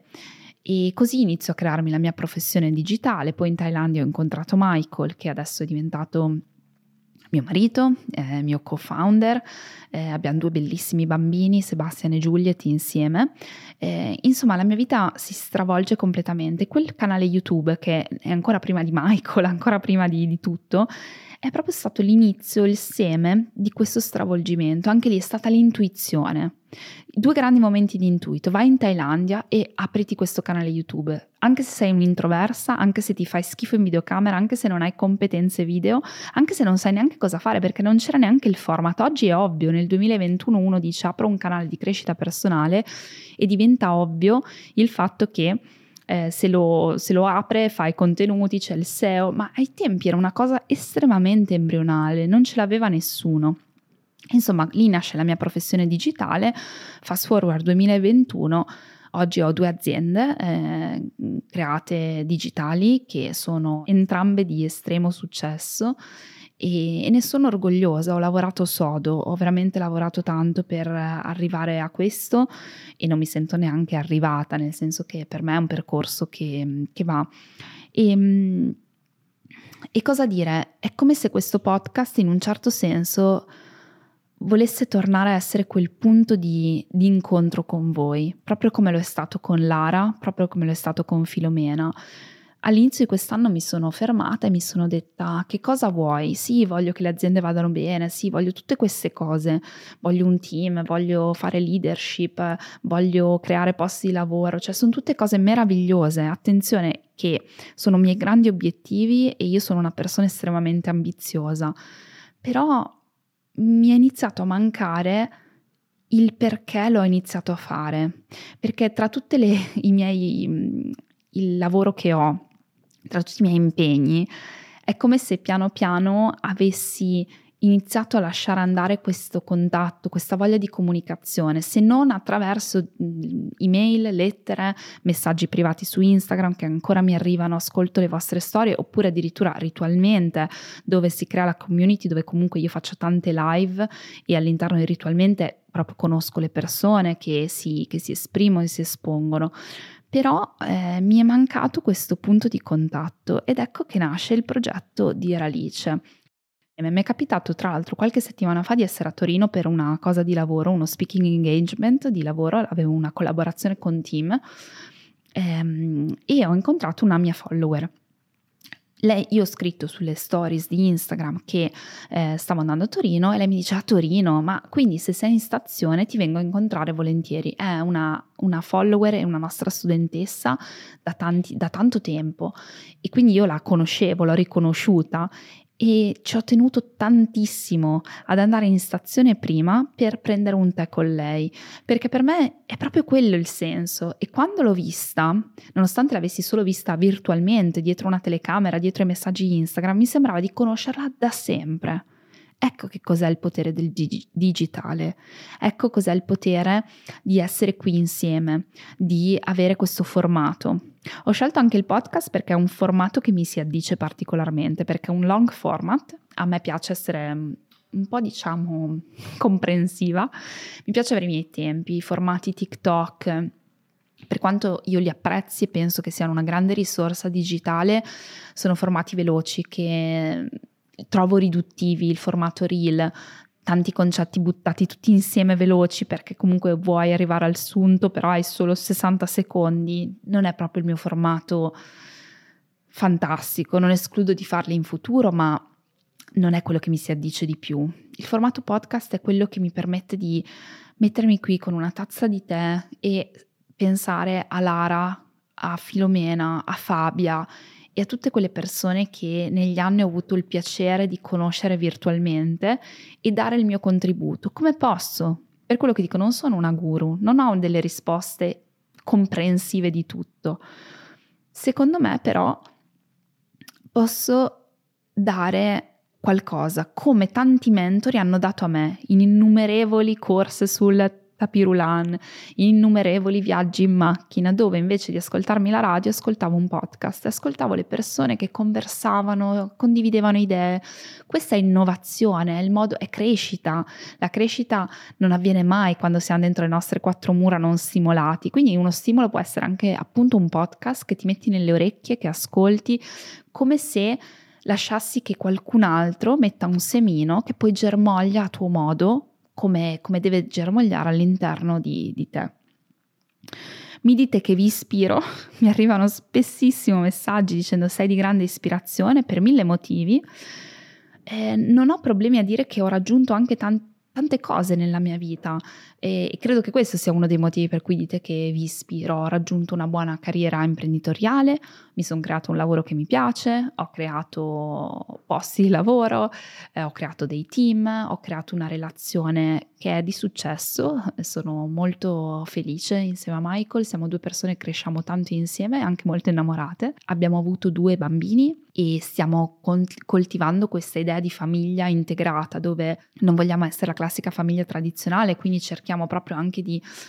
E così inizio a crearmi la mia professione digitale. Poi in Thailandia ho incontrato Michael, che adesso è diventato mio marito, eh, mio co-founder, eh, abbiamo due bellissimi bambini, Sebastian e Juliet, insieme. Eh, insomma, la mia vita si stravolge completamente. Quel canale YouTube, che è ancora prima di Michael, ancora prima di, di tutto, è proprio stato l'inizio, il seme di questo stravolgimento. Anche lì è stata l'intuizione. Due grandi momenti di intuito: vai in Thailandia e apriti questo canale YouTube. Anche se sei un'introversa, anche se ti fai schifo in videocamera, anche se non hai competenze video, anche se non sai neanche cosa fare perché non c'era neanche il format. Oggi è ovvio, nel duemilaventuno uno dice apro un canale di crescita personale e diventa ovvio il fatto che Eh, se, lo, se lo apre, fa i contenuti, c'è il S E O, ma ai tempi era una cosa estremamente embrionale, non ce l'aveva nessuno. Insomma, lì nasce la mia professione digitale. Fast forward duemilaventuno, oggi ho due aziende eh, create digitali che sono entrambe di estremo successo e, e ne sono orgogliosa. Ho lavorato sodo, ho veramente lavorato tanto per arrivare a questo e non mi sento neanche arrivata, nel senso che per me è un percorso che, che va. E, e cosa dire? È come se questo podcast in un certo senso volesse tornare a essere quel punto di, di incontro con voi, proprio come lo è stato con Lara, proprio come lo è stato con Filomena. All'inizio di quest'anno mi sono fermata e mi sono detta: che cosa vuoi? Sì, voglio che le aziende vadano bene, sì, voglio tutte queste cose, voglio un team, voglio fare leadership, voglio creare posti di lavoro, cioè sono tutte cose meravigliose. Attenzione che sono miei grandi obiettivi e io sono una persona estremamente ambiziosa, però mi è iniziato a mancare il perché l'ho iniziato a fare, perché tra tutte le i miei il lavoro che ho, tra tutti i miei impegni, è come se piano piano avessi iniziato a lasciare andare questo contatto, questa voglia di comunicazione, se non attraverso email, lettere, messaggi privati su Instagram che ancora mi arrivano, ascolto le vostre storie, oppure addirittura ritualmente, dove si crea la community, dove comunque io faccio tante live e all'interno di ritualmente proprio conosco le persone che si, che si esprimono e si espongono. Però eh, mi è mancato questo punto di contatto ed ecco che nasce il progetto di Ralice. E mi è capitato tra l'altro qualche settimana fa di essere a Torino per una cosa di lavoro, uno speaking engagement di lavoro, avevo una collaborazione con Team ehm, e ho incontrato una mia follower. Lei, io ho scritto sulle stories di Instagram che eh, stavo andando a Torino e lei mi dice: a Torino, ma quindi se sei in stazione ti vengo a incontrare volentieri. È una, una follower e una nostra studentessa da, tanti, da tanto tempo e quindi io la conoscevo, l'ho riconosciuta e ci ho tenuto tantissimo ad andare in stazione prima per prendere un tè con lei, perché per me è proprio quello il senso. E quando l'ho vista, nonostante l'avessi solo vista virtualmente, dietro una telecamera, dietro ai messaggi Instagram, mi sembrava di conoscerla da sempre. Ecco che cos'è il potere del dig- digitale, ecco cos'è il potere di essere qui insieme, di avere questo formato. Ho scelto anche il podcast perché è un formato che mi si addice particolarmente, perché è un long format, a me piace essere un po' diciamo comprensiva, mi piace avere i miei tempi, i formati TikTok, per quanto io li apprezzi e penso che siano una grande risorsa digitale, sono formati veloci che trovo riduttivi, il formato reel, tanti concetti buttati tutti insieme veloci perché comunque vuoi arrivare al sunto però hai solo sessanta secondi, non è proprio il mio formato fantastico, non escludo di farli in futuro ma non è quello che mi si addice di più. Il formato podcast è quello che mi permette di mettermi qui con una tazza di tè e pensare a Lara, a Filomena, a Fabia e a tutte quelle persone che negli anni ho avuto il piacere di conoscere virtualmente e dare il mio contributo. Come posso? Per quello che dico, non sono una guru, non ho delle risposte comprensive di tutto. Secondo me però posso dare qualcosa, come tanti mentori hanno dato a me in innumerevoli corse sul tapirulan, in innumerevoli viaggi in macchina, dove invece di ascoltarmi la radio ascoltavo un podcast, ascoltavo le persone che conversavano, condividevano idee. Questa è innovazione, è il modo, è crescita. La crescita non avviene mai quando siamo dentro le nostre quattro mura non stimolati, quindi uno stimolo può essere anche appunto un podcast che ti metti nelle orecchie, che ascolti, come se lasciassi che qualcun altro metta un semino che poi germoglia a tuo modo, come, come deve germogliare all'interno di, di te. Mi dite che vi ispiro, mi arrivano spessissimo messaggi dicendo sei di grande ispirazione per mille motivi. Eh, non ho problemi a dire che ho raggiunto anche tanti tante cose nella mia vita e, e credo che questo sia uno dei motivi per cui dite che vi ispiro. Ho raggiunto una buona carriera imprenditoriale, mi sono creato un lavoro che mi piace, ho creato posti di lavoro, eh, ho creato dei team, ho creato una relazione che è di successo, sono molto felice insieme a Michael, siamo due persone che cresciamo tanto insieme, anche molto innamorate, abbiamo avuto due bambini e stiamo coltivando questa idea di famiglia integrata dove non vogliamo essere la classica famiglia tradizionale, quindi cerchiamo proprio anche di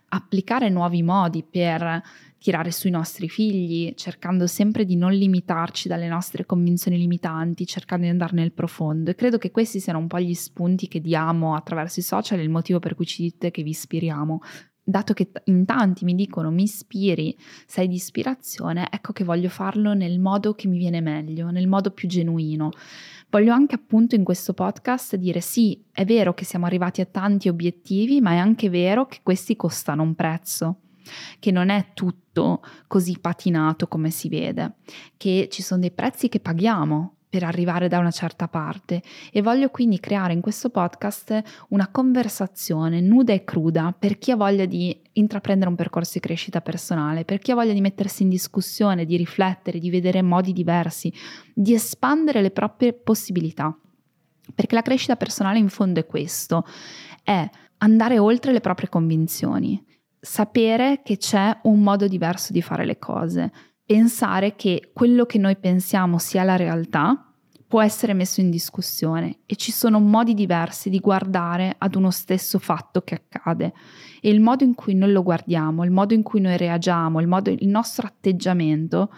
applicare nuovi modi per tirare sui nostri figli, cercando sempre di non limitarci dalle nostre convinzioni limitanti, cercando di andare nel profondo. E credo che questi siano un po' gli spunti che diamo attraverso i social e il motivo per cui ci dite che vi ispiriamo. Dato che in tanti mi dicono mi ispiri, sei di ispirazione, ecco che voglio farlo nel modo che mi viene meglio, nel modo più genuino. Voglio anche appunto in questo podcast dire sì, è vero che siamo arrivati a tanti obiettivi, ma è anche vero che questi costano un prezzo, che non è tutto così patinato come si vede, che ci sono dei prezzi che paghiamo per arrivare da una certa parte, e voglio quindi creare in questo podcast una conversazione nuda e cruda per chi ha voglia di intraprendere un percorso di crescita personale, per chi ha voglia di mettersi in discussione, di riflettere, di vedere modi diversi, di espandere le proprie possibilità. Perché la crescita personale in fondo è questo, è andare oltre le proprie convinzioni, sapere che c'è un modo diverso di fare le cose, pensare che quello che noi pensiamo sia la realtà può essere messo in discussione e ci sono modi diversi di guardare ad uno stesso fatto che accade, e il modo in cui noi lo guardiamo, il modo in cui noi reagiamo, il modo, il nostro atteggiamento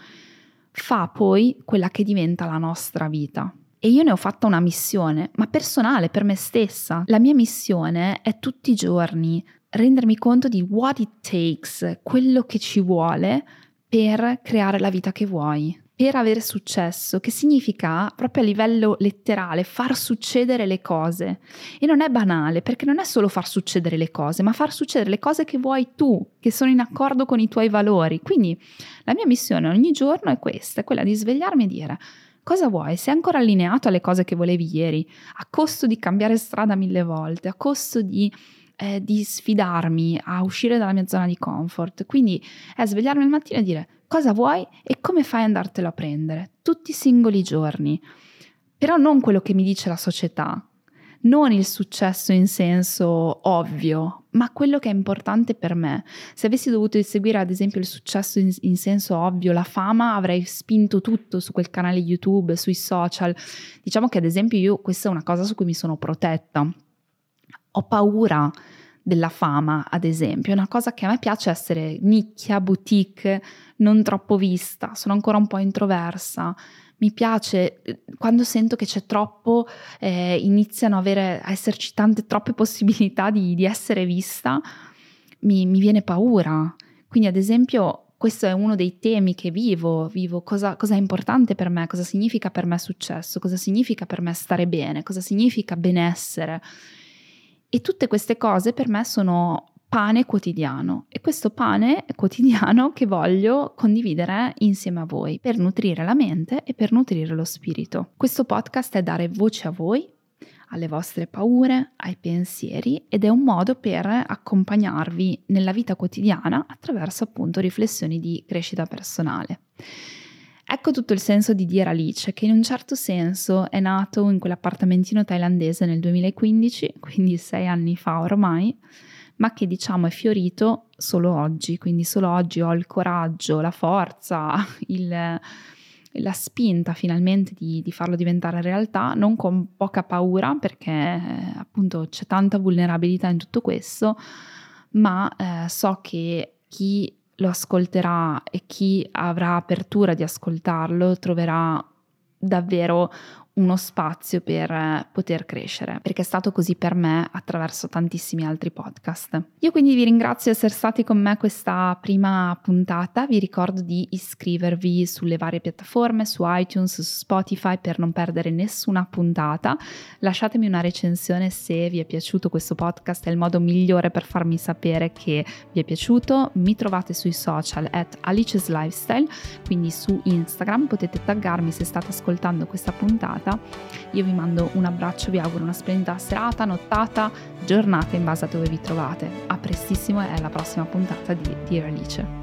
fa poi quella che diventa la nostra vita. E io ne ho fatta una missione, ma personale, per me stessa. La mia missione è tutti i giorni rendermi conto di what it takes, quello che ci vuole per creare la vita che vuoi, per avere successo, che significa proprio a livello letterale far succedere le cose. E non è banale, perché non è solo far succedere le cose, ma far succedere le cose che vuoi tu, che sono in accordo con i tuoi valori. Quindi la mia missione ogni giorno è questa, è quella di svegliarmi e dire: cosa vuoi? Sei ancora allineato alle cose che volevi ieri, a costo di cambiare strada mille volte, a costo di Eh, di sfidarmi a uscire dalla mia zona di comfort. Quindi è svegliarmi al mattino e dire cosa vuoi e come fai ad andartelo a prendere, tutti i singoli giorni. Però non quello che mi dice la società, non il successo in senso ovvio, ma quello che è importante per me. Se avessi dovuto seguire ad esempio il successo in, in senso ovvio, la fama, avrei spinto tutto su quel canale YouTube, sui social. Diciamo che ad esempio io, questa è una cosa su cui mi sono protetta. Ho paura della fama, ad esempio. È una cosa che a me piace essere nicchia, boutique, non troppo vista. Sono ancora un po' introversa. Mi piace quando sento che c'è troppo, eh, iniziano a, avere, a esserci tante, troppe possibilità di, di essere vista, mi, mi viene paura. Quindi, ad esempio, questo è uno dei temi che vivo, vivo cosa, cosa è importante per me, cosa significa per me successo, cosa significa per me stare bene, cosa significa benessere. E tutte queste cose per me sono pane quotidiano, e questo pane quotidiano che voglio condividere insieme a voi per nutrire la mente e per nutrire lo spirito. Questo podcast è dare voce a voi, alle vostre paure, ai pensieri, ed è un modo per accompagnarvi nella vita quotidiana attraverso appunto riflessioni di crescita personale. Ecco tutto il senso di Dear Alice, che in un certo senso è nato in quell'appartamentino thailandese nel duemilaquindici, quindi sei anni fa ormai, ma che diciamo è fiorito solo oggi, quindi solo oggi ho il coraggio, la forza, il, la spinta finalmente di, di farlo diventare realtà, non con poca paura, perché eh, appunto c'è tanta vulnerabilità in tutto questo, ma eh, so che chi lo ascolterà e chi avrà apertura di ascoltarlo troverà davvero uno spazio per poter crescere, perché è stato così per me attraverso tantissimi altri podcast. Io quindi vi ringrazio di essere stati con me questa prima puntata. Vi ricordo di iscrivervi sulle varie piattaforme, su iTunes, su Spotify, per non perdere nessuna puntata. Lasciatemi una recensione se vi è piaciuto questo podcast, è il modo migliore per farmi sapere che vi è piaciuto. Mi trovate sui social at Alice's Lifestyle, quindi su Instagram potete taggarmi se state ascoltando questa puntata. Io vi mando un abbraccio, vi auguro una splendida serata, nottata, giornata in base a dove vi trovate. A prestissimo e alla prossima puntata di Dear Alice.